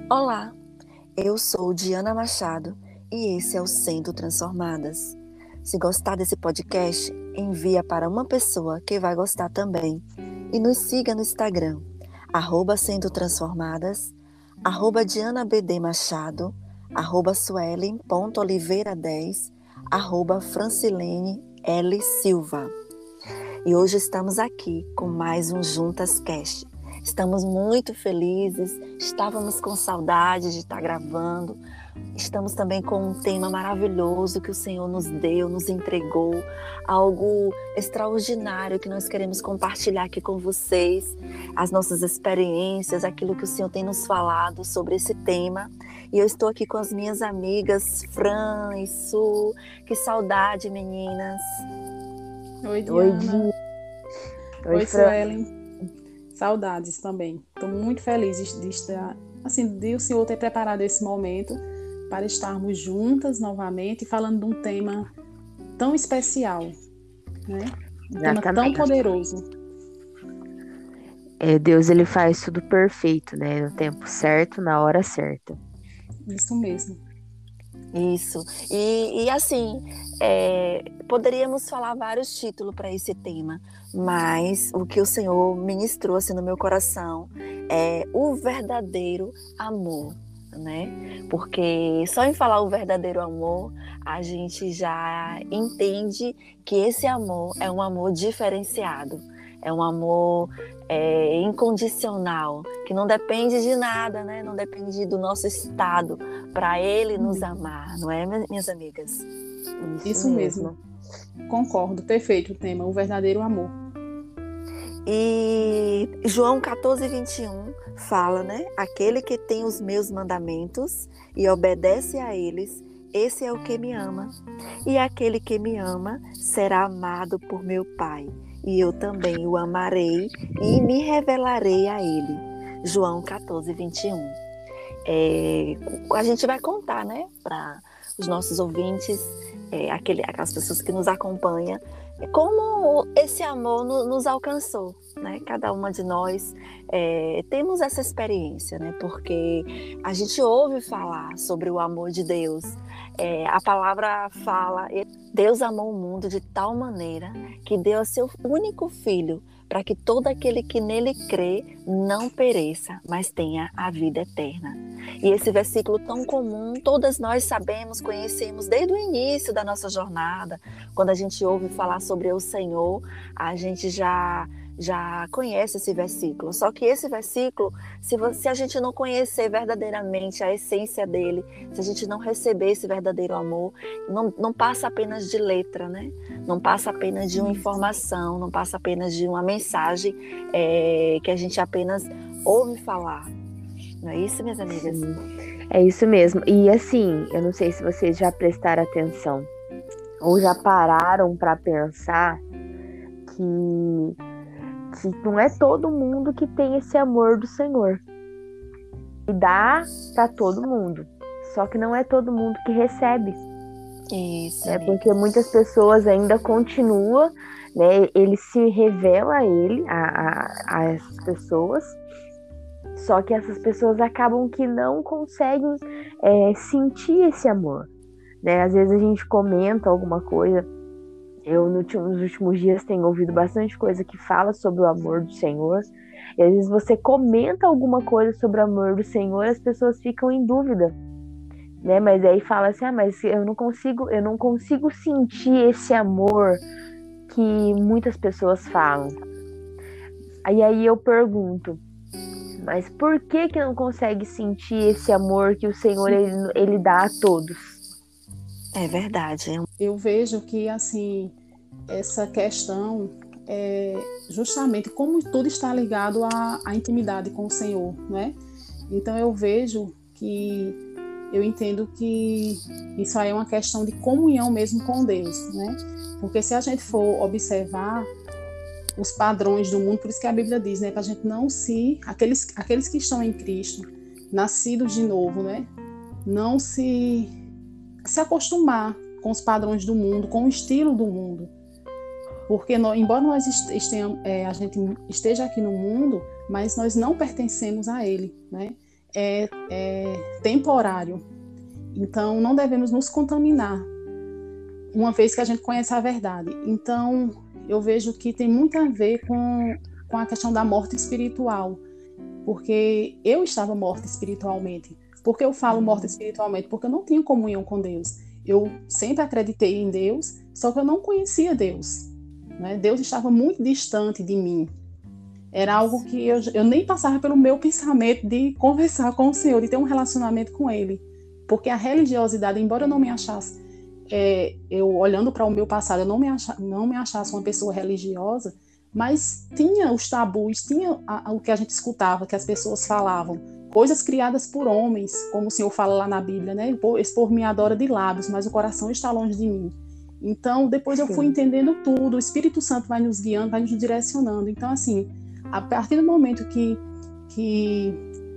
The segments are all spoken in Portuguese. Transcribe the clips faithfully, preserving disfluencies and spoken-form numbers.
Olá, eu sou Diana Machado e esse é o Sendo Transformadas. Se gostar desse podcast, envia para uma pessoa que vai gostar também. E nos siga no Instagram, arroba Sendo Transformadas, arroba Diana B D Machado, arroba Suelen.oliveira dez, arroba Francilene L. Silva. E hoje estamos aqui com mais um Juntas Cast. Estamos muito felizes, estávamos com saudade de estar gravando. Estamos também com um tema maravilhoso que o Senhor nos deu, nos entregou, algo extraordinário que nós queremos compartilhar aqui com vocês, as nossas experiências, aquilo que o Senhor tem nos falado sobre esse tema. E eu estou aqui com as minhas amigas Fran e Su. Que saudade, meninas! Oi, Diana. Oi, Di. Oi, Oi Suelen. Saudades também. Estou muito feliz de, de estar, assim, de o Senhor ter preparado esse momento para estarmos juntas novamente, falando de um tema tão especial, né? Um tema tão poderoso. É, Deus, ele faz tudo perfeito, né? No tempo certo, na hora certa. Isso mesmo. Isso. E, e assim, é, poderíamos falar vários títulos para esse tema, mas o que o Senhor ministrou assim, no meu coração é o verdadeiro amor, né? Porque só em falar o verdadeiro amor, a gente já entende que esse amor é um amor diferenciado. É um amor é, incondicional, que não depende de nada, né? Não depende do nosso estado para Ele nos amar, não é, minhas amigas? Isso, Isso mesmo. mesmo. Concordo, perfeito o tema, o verdadeiro amor. E João catorze, vinte e um fala, né? Aquele que tem os meus mandamentos e obedece a eles, esse é o que me ama. E aquele que me ama será amado por meu Pai. E eu também o amarei e me revelarei a ele. João catorze, vinte e um. É, a gente vai contar, né, para os nossos ouvintes, é, aquele, aquelas pessoas que nos acompanham, como esse amor no, nos alcançou, né? Cada uma de nós é, temos essa experiência, né? Porque a gente ouve falar sobre o amor de Deus. É, a palavra fala, Deus amou o mundo de tal maneira que deu a seu único filho para que todo aquele que nele crê não pereça, mas tenha a vida eterna. E esse versículo tão comum, todas nós sabemos, conhecemos desde o início da nossa jornada. Quando a gente ouve falar sobre o Senhor, a gente já... já conhece esse versículo, só que esse versículo, se, você, se a gente não conhecer verdadeiramente a essência dele, se a gente não receber esse verdadeiro amor, não, não passa apenas de letra, né? Não passa apenas de uma informação, não passa apenas de uma mensagem é, que a gente apenas ouve falar. Não é isso, minhas amigas? É isso mesmo. E assim, eu não sei se vocês já prestaram atenção ou já pararam para pensar que que não é todo mundo que tem esse amor do Senhor. E dá para todo mundo. Só que não é todo mundo que recebe. Isso. É porque muitas pessoas ainda continuam, né? Ele se revela a ele, a, a, a essas pessoas. Só que essas pessoas acabam que não conseguem é, sentir esse amor, né? Às vezes a gente comenta alguma coisa. Eu, nos últimos dias, tenho ouvido bastante coisa que fala sobre o amor do Senhor. E às vezes você comenta alguma coisa sobre o amor do Senhor e as pessoas ficam em dúvida, né? Mas aí fala assim, ah, mas eu não consigo, eu não consigo sentir esse amor que muitas pessoas falam. Aí, aí eu pergunto, mas por que que não consegue sentir esse amor que o Senhor ele, ele dá a todos? É verdade. Eu vejo que, assim, essa questão é justamente como tudo está ligado à, à intimidade com o Senhor, né? Então eu vejo que, eu entendo que isso aí é uma questão de comunhão mesmo com Deus, né? Porque se a gente for observar os padrões do mundo, por isso que a Bíblia diz, né? Para a gente não se... Aqueles, aqueles que estão em Cristo, nascidos de novo, né? Não se... se acostumar com os padrões do mundo, com o estilo do mundo. Porque, nós, embora nós estejamos, é, a gente esteja aqui no mundo, mas nós não pertencemos a ele, né? é, é temporário. Então, não devemos nos contaminar, uma vez que a gente conhece a verdade. Então, eu vejo que tem muito a ver com, com a questão da morte espiritual, porque eu estava morta espiritualmente. Por que eu falo morta espiritualmente? Porque eu não tinha comunhão com Deus. Eu sempre acreditei em Deus, só que eu não conhecia Deus, né? Deus estava muito distante de mim. Era algo que eu, eu nem passava pelo meu pensamento de conversar com o Senhor, de ter um relacionamento com Ele. Porque a religiosidade, embora eu não me achasse, é, eu olhando para o meu passado, eu não me, acha, não me achasse uma pessoa religiosa, mas tinha os tabus, tinha a, a, o que a gente escutava, que as pessoas falavam, coisas criadas por homens, como o Senhor fala lá na Bíblia, né? Esse povo me adora de lábios, mas o coração está longe de mim. Então, depois eu fui entendendo tudo, o Espírito Santo vai nos guiando, vai nos direcionando. Então, assim, a partir do momento que, que,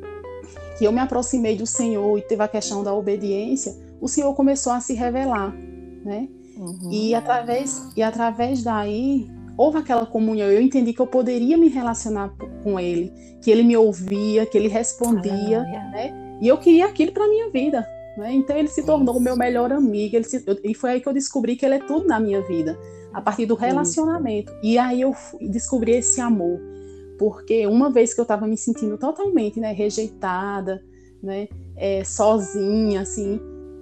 que eu me aproximei do Senhor e teve a questão da obediência, o Senhor começou a se revelar, né? Uhum. E, através, e através daí, houve aquela comunhão. Eu entendi que eu poderia me relacionar com Ele, que Ele me ouvia, que Ele respondia, ah, né? E eu queria aquilo para a minha vida, né? Então, Ele se tornou o meu melhor amigo. Ele se, eu, e foi aí que eu descobri que Ele é tudo na minha vida, a partir do relacionamento. Isso. E aí eu descobri esse amor. Porque uma vez que eu estava me sentindo totalmente, né, rejeitada, né, é, sozinha, assim,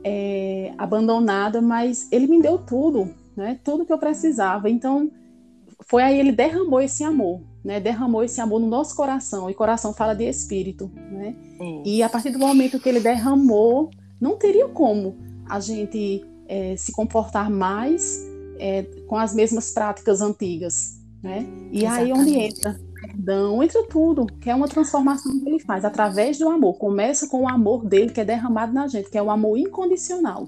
é, abandonada, mas Ele me deu tudo, né, tudo que eu precisava. Então, foi aí Ele derramou esse amor, né, derramou esse amor no nosso coração, e coração fala de espírito, né, e a partir do momento que Ele derramou, não teria como a gente é, se comportar mais é, com as mesmas práticas antigas, né, e Exatamente. Aí onde entra perdão, entra tudo, que é uma transformação que Ele faz através do amor. Começa com o amor dele que é derramado na gente, que é o amor incondicional.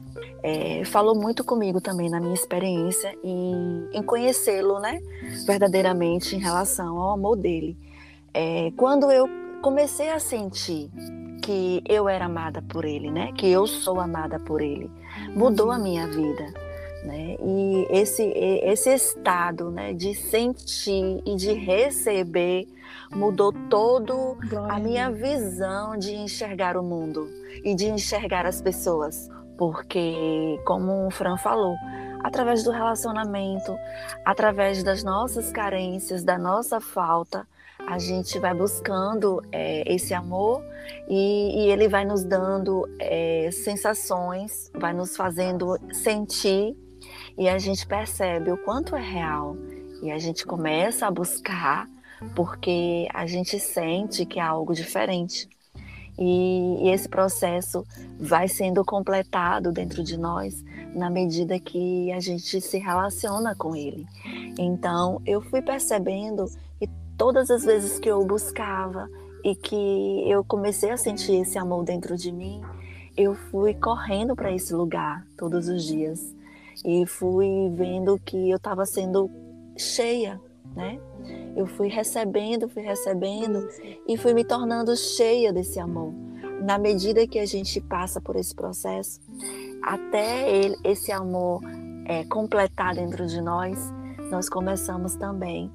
É, falou muito comigo também na minha experiência em, em conhecê-lo, né, verdadeiramente em relação ao amor dele. É, quando eu comecei a sentir que eu era amada por ele, né, que eu sou amada por ele, mudou a minha vida. Né? E esse, esse estado, né, de sentir e de receber mudou todo Glória a minha visão de enxergar o mundo e de enxergar as pessoas. Porque, como o Fran falou, através do relacionamento, através das nossas carências, da nossa falta, a gente vai buscando é, esse amor e, e ele vai nos dando é, sensações, vai nos fazendo sentir. E a gente percebe o quanto é real. E a gente começa a buscar porque a gente sente que é algo diferente. E, e esse processo vai sendo completado dentro de nós na medida que a gente se relaciona com ele. Então, eu fui percebendo que todas as vezes que eu buscava e que eu comecei a sentir esse amor dentro de mim, eu fui correndo para esse lugar todos os dias. E fui vendo que eu estava sendo cheia, né? Eu fui recebendo, fui recebendo e fui me tornando cheia desse amor. Na medida que a gente passa por esse processo, até ele, esse amor é, completar dentro de nós, nós começamos também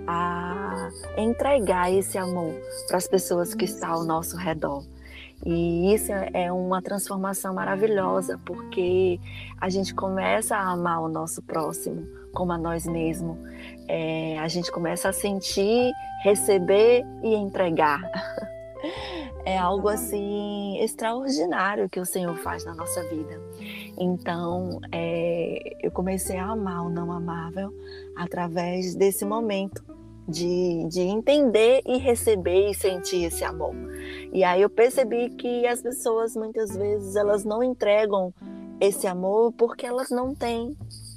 a entregar esse amor para as pessoas que estão ao nosso redor. E isso é uma transformação maravilhosa, porque a gente começa a amar o nosso próximo como a nós mesmos. É, a gente começa a sentir, receber e entregar. É algo assim extraordinário que o Senhor faz na nossa vida. Então, é, eu comecei a amar o não amável através desse momento de, de entender e receber e sentir esse amor. E aí eu percebi que as pessoas, muitas vezes, elas não entregam esse amor porque elas não têm.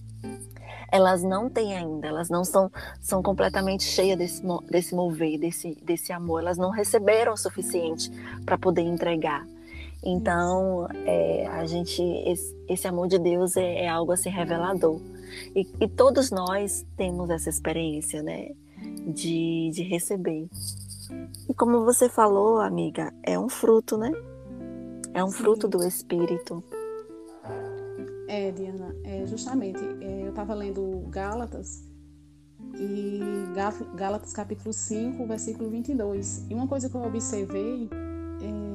Elas não têm ainda, elas não são, são completamente cheias desse, desse mover, desse, desse amor. Elas não receberam o suficiente para poder entregar. Então, é, a gente, esse, esse amor de Deus é, é algo assim revelador. E, e todos nós temos essa experiência, né, de, de receber. E como você falou, amiga, é um fruto, né? É um Sim. fruto do Espírito. É, Diana, é, justamente, é, eu estava lendo Gálatas, e Gálatas capítulo cinco, versículo vinte e dois, e uma coisa que eu observei é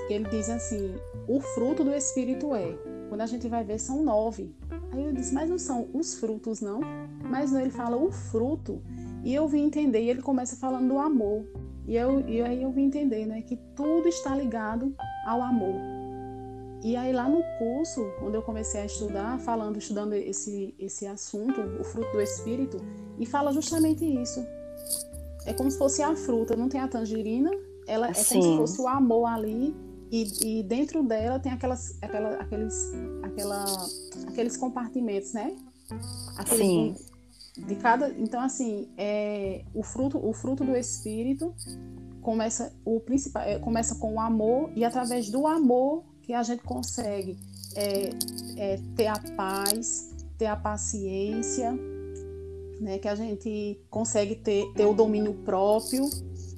que ele diz assim, o fruto do Espírito é. Quando a gente vai ver, são nove. Aí eu disse, mas não são os frutos, não? Mas não, ele fala o fruto. E eu vim entender, e ele começa falando do amor. E, eu, e aí eu vim entender, né, que tudo está ligado ao amor. E aí lá no curso, onde eu comecei a estudar, falando, estudando esse, esse assunto, o fruto do Espírito, e fala justamente isso. É como se fosse a fruta, não tem a tangerina, ela é Sim. como se fosse o amor ali, e, e dentro dela tem aquelas, aquela, aqueles, aquela, aqueles compartimentos, né? Aqueles, Sim. De cada, então, assim, é, o, fruto, o fruto do Espírito começa, o principal, é, começa com o amor, e através do amor que a gente consegue é, é, ter a paz, ter a paciência, né, que a gente consegue ter, ter o domínio próprio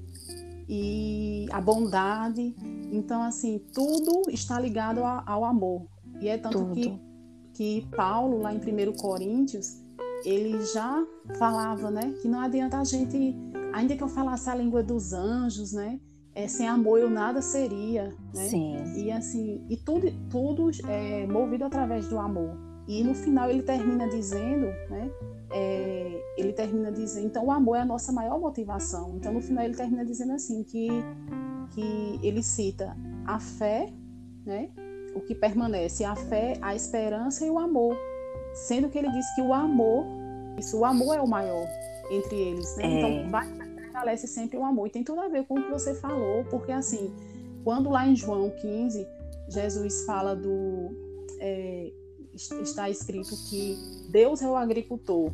e a bondade. Então, assim, tudo está ligado a, ao amor. E é tanto que, que Paulo, lá em primeiro Coríntios, ele já falava, né, que não adianta a gente, ainda que eu falasse a língua dos anjos, né, é, sem amor eu nada seria, né? Sim. E assim, e tudo, tudo é movido através do amor. E no final ele termina dizendo, né, é, ele termina dizendo, então o amor é a nossa maior motivação. Então no final ele termina dizendo assim, que, que ele cita a fé, né, o que permanece, a fé, a esperança e o amor. Sendo que ele diz que o amor, isso, o amor é o maior entre eles, né? É. Então, vai, prevalece sempre o amor. E tem tudo a ver com o que você falou, porque assim, quando lá em João quinze, Jesus fala do... É, está escrito que Deus é o agricultor,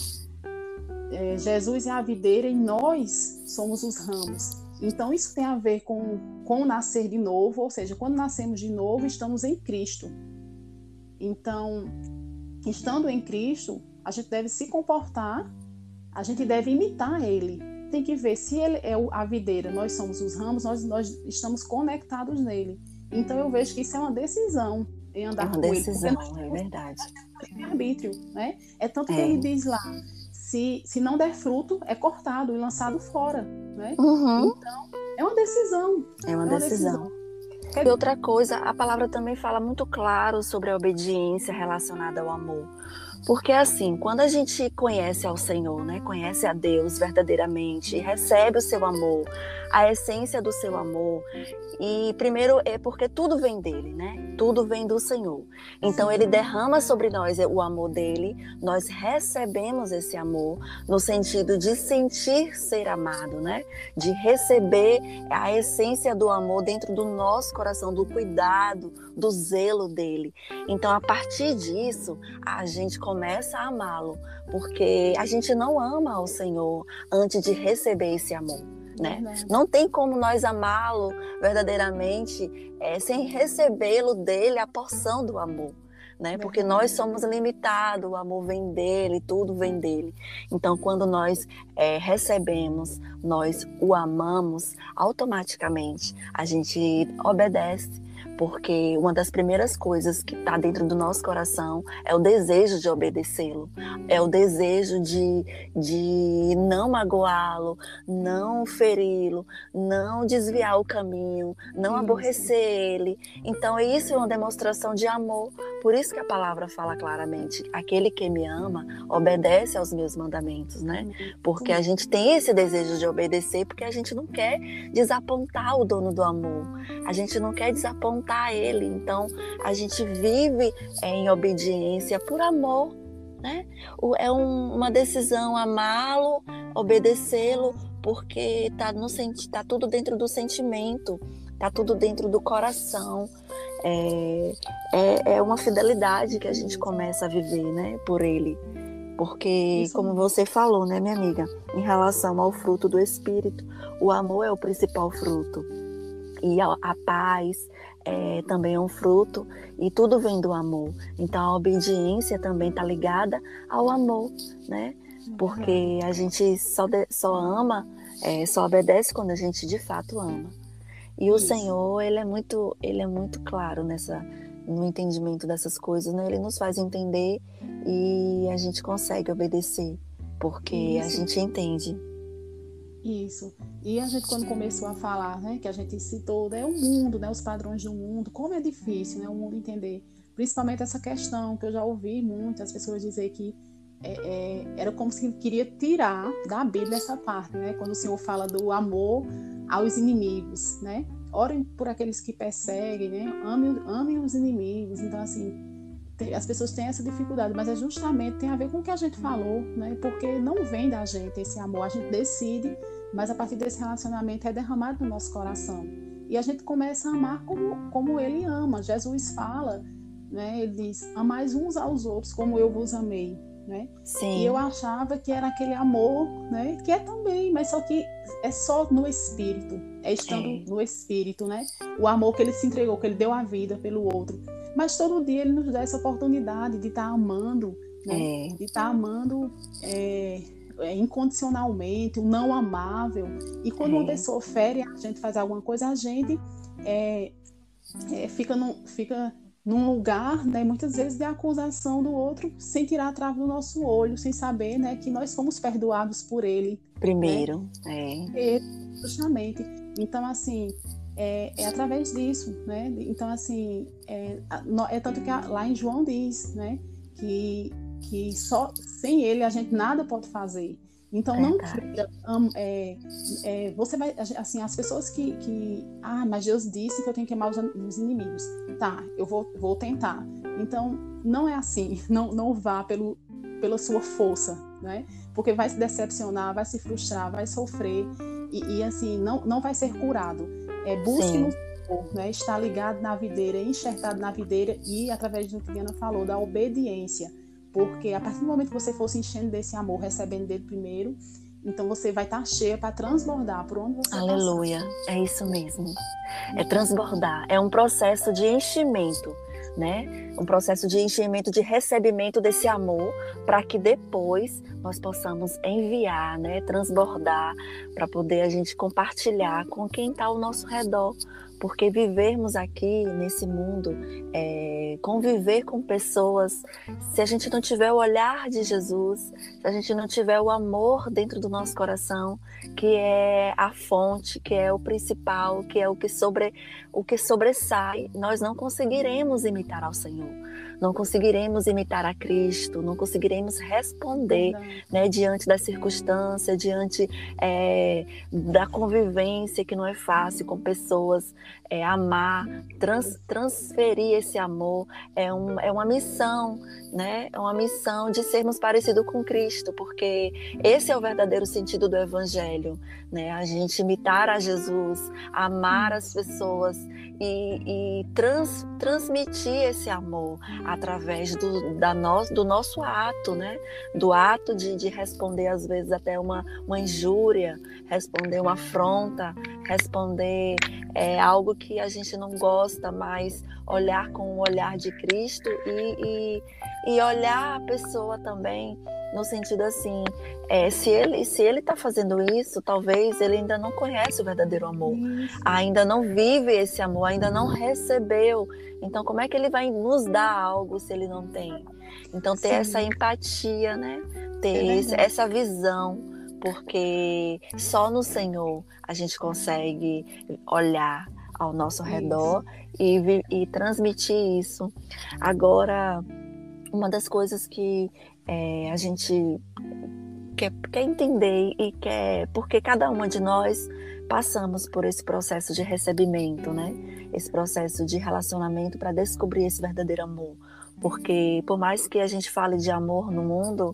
é, Jesus é a videira e nós somos os ramos. Então, isso tem a ver com, com nascer de novo, ou seja, quando nascemos de novo, estamos em Cristo. Então... estando em Cristo, a gente deve se comportar, a gente deve imitar Ele. Tem que ver se Ele é a videira, nós somos os ramos, nós, nós estamos conectados nele. Então eu vejo que isso é uma decisão em andar é uma com decisão, Ele. Porque é verdade. É arbítrio, né? É tanto que É. ele diz lá, se, se não der fruto, é cortado e lançado fora, né? Uhum. Então, é uma decisão. É uma, é uma decisão. decisão. E outra coisa, a palavra também fala muito claro sobre a obediência relacionada ao amor. Porque assim, quando a gente conhece ao Senhor, né, conhece a Deus verdadeiramente, e recebe o seu amor, a essência do seu amor, e primeiro é porque tudo vem dele, né? Tudo vem do Senhor. Então ele derrama sobre nós o amor dele, nós recebemos esse amor no sentido de sentir ser amado, né? De receber a essência do amor dentro do nosso coração, do cuidado, do zelo dele. Então a partir disso, a gente começa a amá-lo, porque a gente não ama ao Senhor antes de receber esse amor. Né? Não tem como nós amá-lo verdadeiramente é, sem recebê-lo dele, a porção do amor, né? Porque nós somos limitados, o amor vem dele, tudo vem dele. Então quando nós é, recebemos, nós o amamos, automaticamente a gente obedece. Porque uma das primeiras coisas que está dentro do nosso coração é o desejo de obedecê-lo, é o desejo de, de não magoá-lo, não feri-lo, não desviar o caminho, não isso. aborrecer ele. Então isso é uma demonstração de amor. Por isso que a palavra fala claramente, aquele que me ama obedece aos meus mandamentos, né? Porque a gente tem esse desejo de obedecer, porque a gente não quer desapontar o dono do amor, a gente não quer desapontar a ele, então a gente vive é, em obediência por amor, né? O, é um, uma decisão amá-lo, obedecê-lo, porque tá, no, tá tudo dentro do sentimento, tá tudo dentro do coração. É, é, é uma fidelidade que a gente começa a viver, né, por ele. Porque, isso, como você falou, né, minha amiga, em relação ao fruto do Espírito, o amor é o principal fruto. E a, a paz é, também é um fruto, e tudo vem do amor. Então, a obediência também está ligada ao amor, né? Porque a gente só, de, só ama, é, só obedece quando a gente de fato ama. E o Isso. Senhor, ele é muito, ele é muito claro nessa, no entendimento dessas coisas, né? Ele nos faz entender e a gente consegue obedecer, porque Isso. a gente entende. Isso. E a gente, quando começou a falar, né, que a gente citou, né, o mundo, né, os padrões do mundo, como é difícil, né, o mundo entender. Principalmente essa questão que eu já ouvi muitas pessoas dizer que é, é, era como se queria tirar da Bíblia essa parte, né, quando o Senhor fala do amor aos inimigos, né? Orem por aqueles que perseguem, né? Amem, amem os inimigos. Então, assim, tem, as pessoas têm essa dificuldade, mas é justamente, tem a ver com o que a gente falou, né? Porque não vem da gente esse amor, a gente decide, mas a partir desse relacionamento é derramado no nosso coração. E a gente começa a amar como, como ele ama. Jesus fala, né? Ele diz, amais uns aos outros como eu vos amei. Né? Sim. E eu achava que era aquele amor, né? Que é também, mas só que é só no Espírito, é estando é. no Espírito, né? O amor que ele se entregou, que ele deu a vida pelo outro. Mas todo dia ele nos dá essa oportunidade de estar amando, né? É. De estar amando é, é, incondicionalmente, o não amável. E quando é. uma pessoa fere a gente, faz alguma coisa, a gente é, é, fica, no, fica num lugar, né, muitas vezes de acusação do outro, sem tirar a trave do nosso olho, sem saber, né, que nós fomos perdoados por ele. Primeiro, né? é. Justamente. Então, assim, é, é através disso, né? Então, assim, é, é tanto que lá em João diz, né, que, que só sem ele a gente nada pode fazer. Então, não queira, é, é, você vai, assim, as pessoas que, que, ah, mas Deus disse que eu tenho que amar os, os inimigos. Tá, eu vou, vou tentar. Então, não é assim, não, não vá pelo, pela sua força, né? Porque vai se decepcionar, vai se frustrar, vai sofrer e, e assim, não, não vai ser curado. É, busque Sim. no Senhor, né? Estar ligado na videira, enxertado na videira e, através do que a Diana falou, da obediência. Porque a partir do momento que você for se enchendo desse amor, recebendo dele primeiro, então você vai estar cheia para transbordar por onde você Aleluia, passar. É isso mesmo. É transbordar, é um processo de enchimento, né? Um processo de enchimento, de recebimento desse amor, para que depois nós possamos enviar, né? Transbordar, para poder a gente compartilhar com quem está ao nosso redor. Porque vivermos aqui nesse mundo, é, conviver com pessoas, se a gente não tiver o olhar de Jesus, se a gente não tiver o amor dentro do nosso coração, que é a fonte, que é o principal, que é o que, sobre, o que sobressai, nós não conseguiremos imitar ao Senhor, não conseguiremos imitar a Cristo, não conseguiremos responder, né, diante das circunstâncias, diante é, da convivência que não é fácil com pessoas. É, amar, trans, transferir esse amor, é, um, é uma missão, né? É uma missão de sermos parecidos com Cristo, porque esse é o verdadeiro sentido do Evangelho, né? A gente imitar a Jesus, amar as pessoas e, e trans, transmitir esse amor através do, da no, do nosso ato, né? Do ato de, de responder às vezes até uma, uma injúria, responder uma afronta, responder é, algo que a gente não gosta, mas olhar com o olhar de Cristo e, e, e olhar a pessoa também no sentido assim, é, se ele se ele está fazendo isso, talvez ele ainda não conhece o verdadeiro amor, isso. ainda não vive esse amor, ainda não recebeu. Então, como é que ele vai nos dar algo se ele não tem? Então, ter Sim. essa empatia, né? Ter é esse, essa visão, porque só no Senhor a gente consegue olhar ao nosso redor e, e transmitir isso. Agora, uma das coisas que é, a gente quer, quer entender e quer, porque cada uma de nós passamos por esse processo de recebimento, né? Esse processo de relacionamento para descobrir esse verdadeiro amor. Porque por mais que a gente fale de amor no mundo,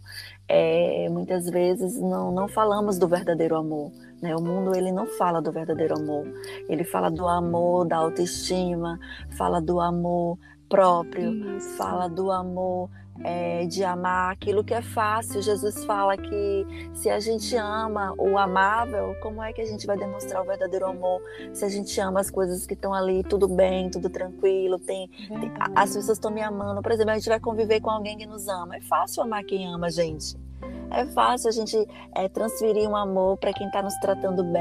é, muitas vezes não, não falamos do verdadeiro amor, né? O mundo ele não fala do verdadeiro amor, ele fala do amor, da autoestima, fala do amor próprio, Isso. fala do amor é, de amar aquilo que é fácil. Jesus fala que se a gente ama o amável, como é que a gente vai demonstrar o verdadeiro amor? Se a gente ama as coisas que estão ali, tudo bem, tudo tranquilo, tem, tem, as pessoas estão me amando. Por exemplo, a gente vai conviver com alguém que nos ama. É fácil amar quem ama a gente. É fácil a gente é, transferir um amor para quem está nos tratando bem,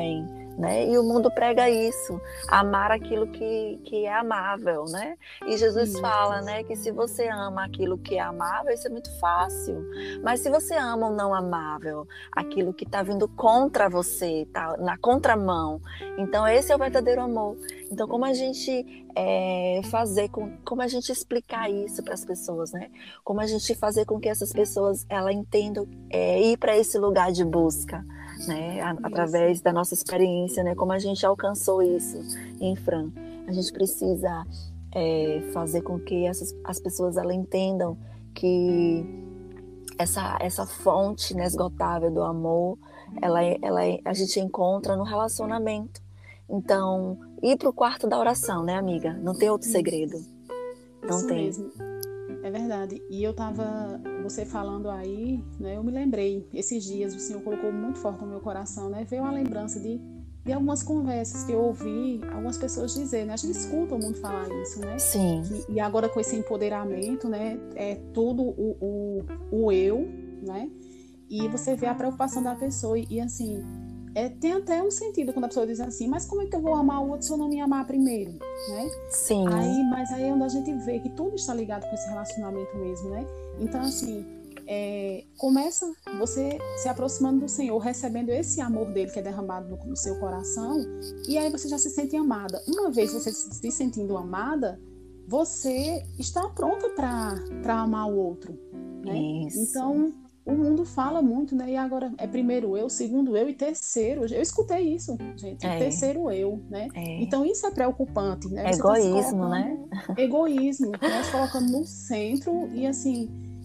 né? E o mundo prega isso, amar aquilo que, que é amável, né? E Jesus Isso. fala, né, que se você ama aquilo que é amável, isso é muito fácil. Mas se você ama o não amável, aquilo que está vindo contra você, tá na contramão, então esse é o verdadeiro amor. Então como a gente é, fazer, com, como a gente explicar isso para as pessoas, né? Como a gente fazer com que essas pessoas elas entendam é, ir para esse lugar de busca, né, através da nossa experiência, né, como a gente alcançou isso em Fran. A gente precisa é, fazer com que essas, as pessoas elas entendam que essa, essa fonte inesgotável do amor, ela, ela, a gente encontra no relacionamento. Então, ir para o quarto da oração, né, amiga? Não tem outro segredo. Não Isso tem. mesmo. É verdade. E eu tava, você falando aí, né, eu me lembrei, esses dias o Senhor colocou muito forte no meu coração, né, veio uma lembrança de, de algumas conversas que eu ouvi algumas pessoas dizer, né, a gente escuta muito falar isso, né, Sim. que, e agora com esse empoderamento, né, é tudo o, o, o eu, né, e você vê a preocupação da pessoa e, e assim, é, tem até um sentido quando a pessoa diz assim, mas como é que eu vou amar o outro se eu não me amar primeiro, né? Sim. Aí, mas aí é onde a gente vê que tudo está ligado com esse relacionamento mesmo, né? Então, assim, é, começa você se aproximando do Senhor, recebendo esse amor dele que é derramado no, no seu coração, e aí você já se sente amada. Uma vez você se sentindo amada, você está pronta para amar o outro, né? Isso. Então, o mundo fala muito, né? E agora é primeiro eu, segundo eu e terceiro. Eu escutei isso, gente. É. Terceiro eu, né? É. Então isso é preocupante, né? É Você tá se egoísmo, colocando- né? Egoísmo, né? Se colocando no centro e assim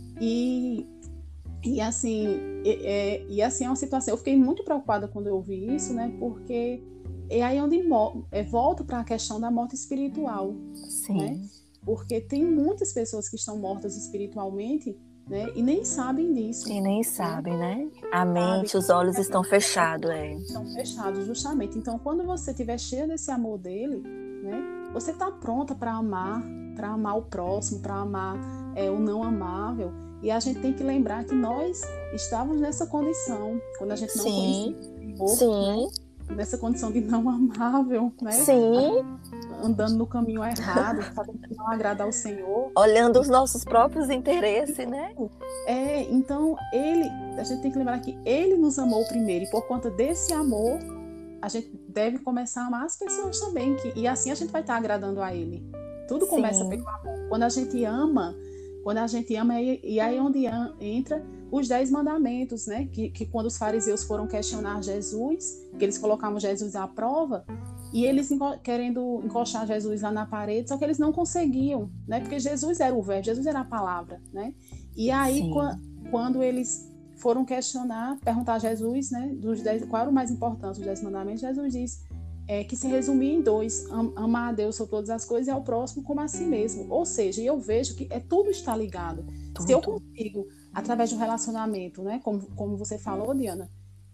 e e assim e, é, e assim é uma situação. Eu fiquei muito preocupada quando eu ouvi isso, né? Porque é aí onde é, volta para a questão da morte espiritual, Sim. né? Porque tem muitas pessoas que estão mortas espiritualmente, né? E nem sabem disso. E nem né? sabem, né? A mente, Sabe? os olhos estão fechados, é. Estão fechados, justamente. Então, quando você estiver cheia desse amor dele, né? Você está pronta para amar, para amar o próximo, para amar é, o não amável. E a gente tem que lembrar que nós estávamos nessa condição, quando a gente não Sim. conhecia o amor, Sim. né? Nessa condição de não amável, né? Sim. Andando no caminho errado, fazendo que não agrada ao Senhor. Olhando os nossos próprios interesses, né? É, então ele, a gente tem que lembrar que ele nos amou primeiro e por conta desse amor a gente deve começar a amar as pessoas também, que, e assim a gente vai estar agradando a ele. Tudo começa Sim. pelo amor. Quando a gente ama, quando a gente ama, e aí é onde entra os dez mandamentos, né? Que, que quando os fariseus foram questionar Jesus, que eles colocavam Jesus à prova, e eles enco- querendo encostar Jesus lá na parede, só que eles não conseguiam, né? Porque Jesus era o verbo, Jesus era a palavra, né? E aí, Sim. qua- quando eles foram questionar, perguntar a Jesus, né? Dos dez, qual era o mais importante, os dez mandamentos, Jesus diz é, que se resumia em dois: am- amar a Deus sobre todas as coisas e ao próximo como a si mesmo. Ou seja, eu vejo que é, tudo está ligado. Se eu Tudo. consigo, através do relacionamento, né? Como, como você falou, Diana,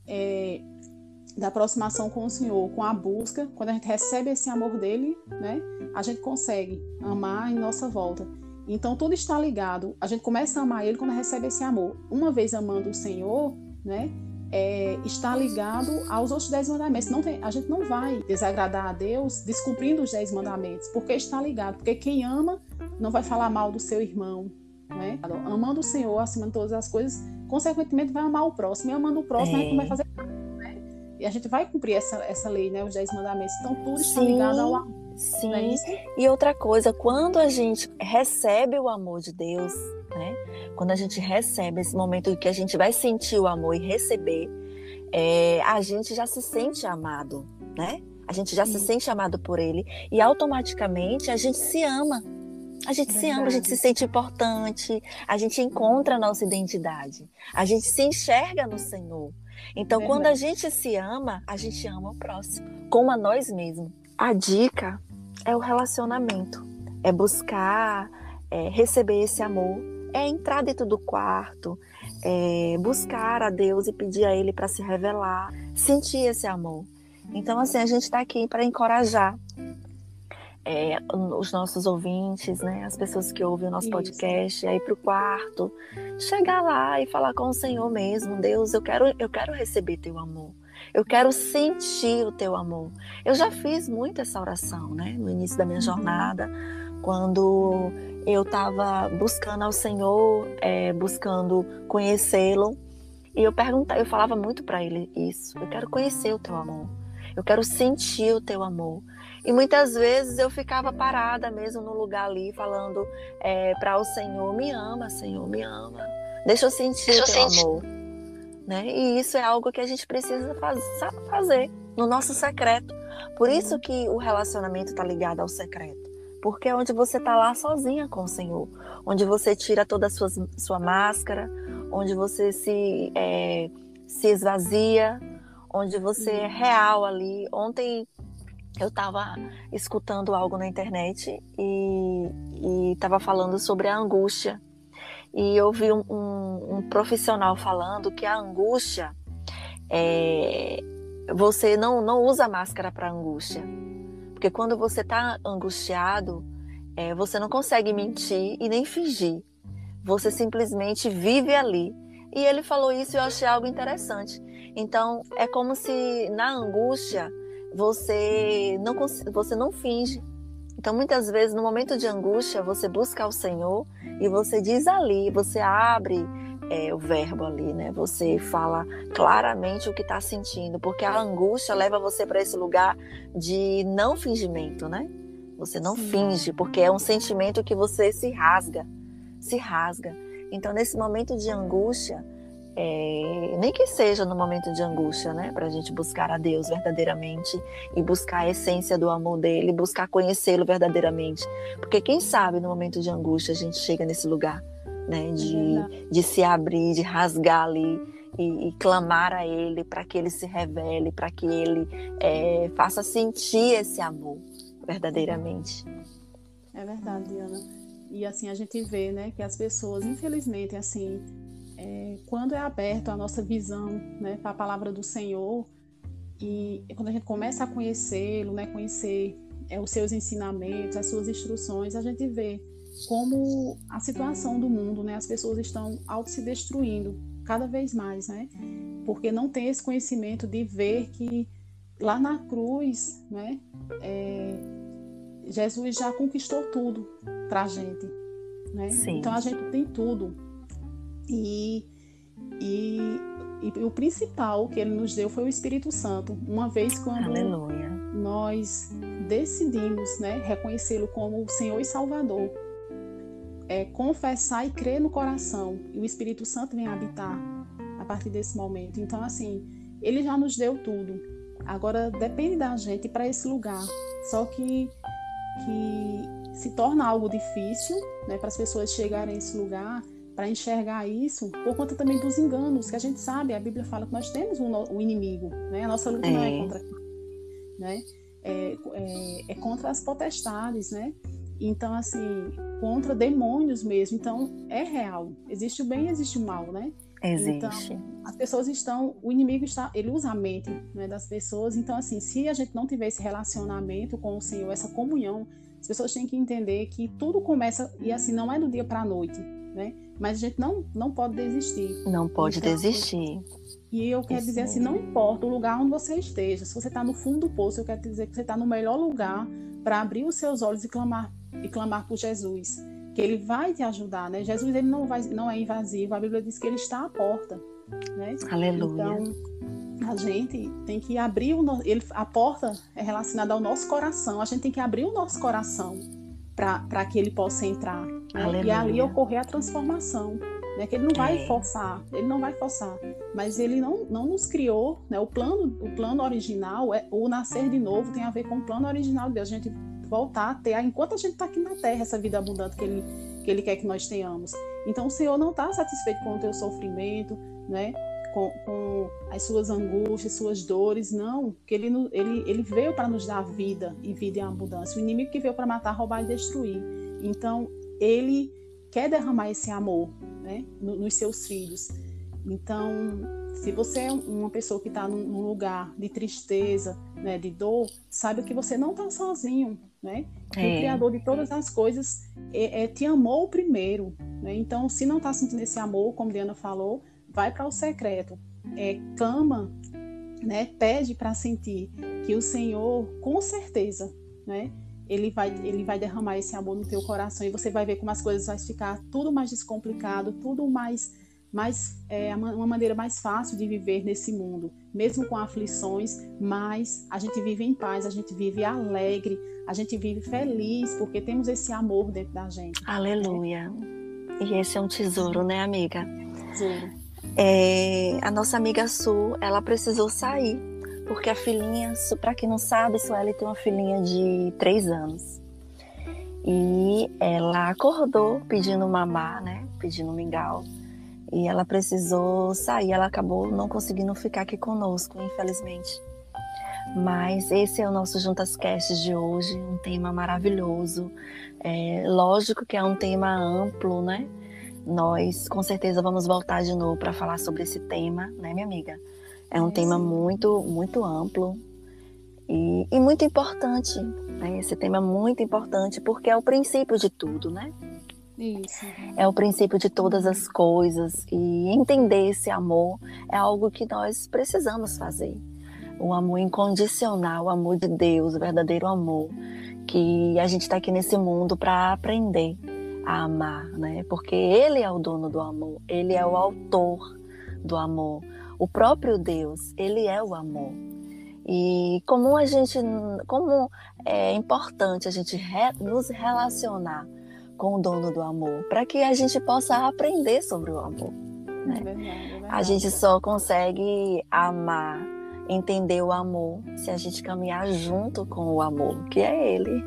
é, da aproximação com o Senhor, com a busca, quando a gente recebe esse amor dele, né, a gente consegue amar em nossa volta. Então tudo está ligado. A gente começa a amar ele quando recebe esse amor. Uma vez amando o Senhor, né, é, está ligado aos outros dez mandamentos. Não tem, a gente não vai desagradar a Deus descumprindo os dez mandamentos, porque está ligado. Porque quem ama não vai falar mal do seu irmão, né? Amando o Senhor acima de todas as coisas, consequentemente vai amar o próximo. E amando o próximo, É. a gente não vai fazer nada, né? E a gente vai cumprir essa, essa lei, né? Os dez mandamentos. Então tudo está Sim. ligado ao amor. Sim. Não é isso? E outra coisa, quando a gente recebe o amor de Deus, né? Quando a gente recebe esse momento em que a gente vai sentir o amor e receber, é, a gente já se sente amado, né? A gente já Sim. se sente amado por ele e automaticamente a gente se ama. A gente se ama, a gente se sente importante, a gente encontra a nossa identidade, a gente se enxerga no Senhor. Então, Verdade. quando a gente se ama, a gente ama o próximo, como a nós mesmos. A dica é o relacionamento, é buscar é, receber esse amor, é entrar dentro do quarto, é buscar a Deus e pedir a Ele para se revelar, sentir esse amor. Então, assim, a gente está aqui para encorajar. é, os nossos ouvintes, né, as pessoas que ouvem o nosso Isso. podcast, aí para o quarto, chegar lá e falar com o Senhor mesmo: Deus, eu quero, eu quero receber teu amor, eu quero sentir o teu amor. Eu já fiz muito essa oração, né, no início da minha Uhum. jornada, quando eu estava buscando ao Senhor, é, buscando conhecê-lo, e eu perguntava, eu falava muito para ele isso: eu quero conhecer o teu amor, eu quero sentir o teu amor. E muitas vezes eu ficava parada mesmo no lugar ali, falando é, para o Senhor: me ama, Senhor, me ama, deixa eu sentir deixa o teu sentir. amor. Né? E isso é algo que a gente precisa faz, fazer no nosso secreto. Por isso que o relacionamento está ligado ao secreto, porque é onde você está lá sozinha com o Senhor, onde você tira toda a sua, sua máscara, onde você se, é, se esvazia, onde você é real ali. Ontem eu estava escutando algo na internet e estava falando sobre a angústia. E eu vi um, um, um profissional falando que a angústia, é, você não, não usa máscara para angústia. Porque quando você está angustiado, é, você não consegue mentir e nem fingir. Você simplesmente vive ali. E ele falou isso e eu achei algo interessante. Então, é como se na angústia você não, você não finge. Então, muitas vezes, no momento de angústia, você busca o Senhor e você diz ali, você abre é, o verbo ali, né? Você fala claramente o que está sentindo, porque a angústia leva você para esse lugar de não fingimento, né? Você não Sim. finge, porque é um sentimento que você se rasga, se rasga. Então, nesse momento de angústia, É, nem que seja no momento de angústia, né, para a gente buscar a Deus verdadeiramente e buscar a essência do amor dele, buscar conhecê-lo verdadeiramente, porque quem sabe no momento de angústia a gente chega nesse lugar, né, de, de se abrir, de rasgar ali e, e clamar a ele para que ele se revele, para que ele é, faça sentir esse amor verdadeiramente. É verdade, Diana. E assim a gente vê, né, que as pessoas, infelizmente, assim, É, quando é aberto a nossa visão, né, para a palavra do Senhor, e quando a gente começa a conhecê-lo, né, conhecer é, os seus ensinamentos, as suas instruções, a gente vê como a situação do mundo, né, as pessoas estão auto se destruindo cada vez mais, né, porque não tem esse conhecimento de ver que lá na cruz, né, é, Jesus já conquistou tudo para a gente, né? Então a gente tem tudo. E, e, e o principal que ele nos deu foi o Espírito Santo. Uma vez quando Aleluia. nós decidimos, né, reconhecê-lo como o Senhor e Salvador, é, confessar e crer no coração, e o Espírito Santo vem habitar a partir desse momento. Então, assim, ele já nos deu tudo. Agora depende da gente ir para esse lugar. Só que, que se torna algo difícil, né, para as pessoas chegarem a esse lugar, para enxergar isso, por conta também dos enganos, que a gente sabe, a Bíblia fala que nós temos um, um inimigo, né? A nossa luta é. não é contra, né? É, é, é contra as potestades, né? Então, assim, contra demônios mesmo. Então, é real. Existe o bem e existe o mal, né? Existe. Então, as pessoas estão, o inimigo está, ele usa a mente, né, das pessoas. Então, assim, se a gente não tiver esse relacionamento com o Senhor, essa comunhão, as pessoas têm que entender que tudo começa, e assim, não é do dia para a noite, né? Mas a gente não, não pode desistir. Não pode então, desistir. E eu quero Isso dizer assim, não importa o lugar onde você esteja, se você está no fundo do poço, eu quero dizer que você está no melhor lugar para abrir os seus olhos e clamar, e clamar por Jesus, que ele vai te ajudar, né? Jesus, ele não, vai, não é invasivo, a Bíblia diz que ele está à porta, né? Aleluia. Então, a gente tem que abrir, o no... ele, a porta é relacionada ao nosso coração, a gente tem que abrir o nosso coração para que ele possa entrar, né? E ali ocorrer a transformação, né? Que ele não vai é. forçar, ele não vai forçar, mas ele não, não nos criou, né? O plano, o plano original, é, o nascer de novo tem a ver com o plano original de Deus, a gente voltar a ter, enquanto a gente está aqui na terra, essa vida abundante que ele, que ele quer que nós tenhamos. Então o Senhor não está satisfeito com o teu sofrimento, né? Com, com as suas angústias, suas dores, não, que ele, ele, ele veio para nos dar vida e vida em abundância. O inimigo que veio para matar, roubar e destruir. Então, ele quer derramar esse amor, né, nos seus filhos. Então, se você é uma pessoa que está num lugar de tristeza, né, de dor, saiba que você não está sozinho, né? É. O Criador de todas as coisas é, é, te amou primeiro, né? Então, se não está sentindo esse amor, como Diana falou, vai para o secreto, é, clama, né? Pede para sentir que o Senhor, com certeza, né? Ele vai, ele vai derramar esse amor no teu coração e você vai ver como as coisas vão ficar tudo mais descomplicado, tudo mais, mais é, uma maneira mais fácil de viver nesse mundo, mesmo com aflições, mas a gente vive em paz, a gente vive alegre, a gente vive feliz, porque temos esse amor dentro da gente. Aleluia. E esse é um tesouro, né, amiga? Tesouro. É, a nossa amiga Su, ela precisou sair, porque a filhinha, para quem não sabe, Sueli tem uma filhinha de três anos. E ela acordou pedindo mamar, né? Pedindo mingau. E ela precisou sair, ela acabou não conseguindo ficar aqui conosco, infelizmente. Mas esse é o nosso Juntas Cast de hoje, um tema maravilhoso. É, lógico que é um tema amplo, né? Nós, com certeza, vamos voltar de novo para falar sobre esse tema, né, minha amiga? É um é, tema sim. muito, muito amplo e, e muito importante, né? Esse tema é muito importante porque é o princípio de tudo, né? Isso. É o princípio de todas as coisas e entender esse amor é algo que nós precisamos fazer. O amor incondicional, o amor de Deus, o verdadeiro amor, que a gente está aqui nesse mundo para aprender a amar, né? Porque Ele é o dono do amor, Ele é o autor do amor. O próprio Deus, Ele é o amor. E como a gente, como é importante a gente re, nos relacionar com o dono do amor, para que a gente possa aprender sobre o amor, né? É verdade, é verdade. A gente só consegue amar, entender o amor, se a gente caminhar junto com o amor, que é Ele.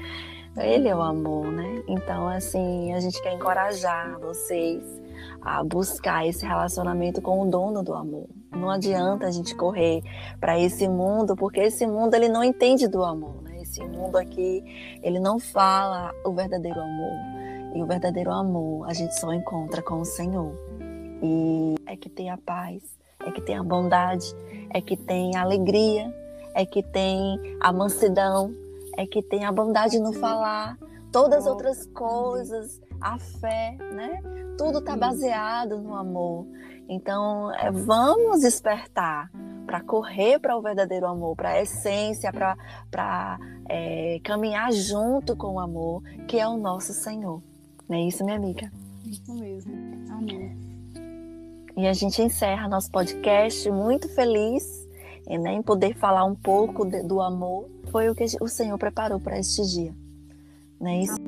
Ele é o amor, né? Então, assim, a gente quer encorajar vocês a buscar esse relacionamento com o dono do amor. Não adianta a gente correr para esse mundo, porque esse mundo ele não entende do amor, né? Esse mundo aqui, ele não fala o verdadeiro amor. E o verdadeiro amor a gente só encontra com o Senhor. E é que tem a paz, é que tem a bondade, é que tem a alegria, é que tem a mansidão, é que tem a bondade no falar, todas as outras coisas, a fé, né? Tudo está baseado no amor. Então, é, vamos despertar para correr para o verdadeiro amor, para a essência, para é, caminhar junto com o amor, que é o nosso Senhor. Não é isso, minha amiga? Isso mesmo. Amém. E a gente encerra nosso podcast muito feliz, né, em poder falar um pouco de, do amor. Foi o que o Senhor preparou para este dia. Não é isso?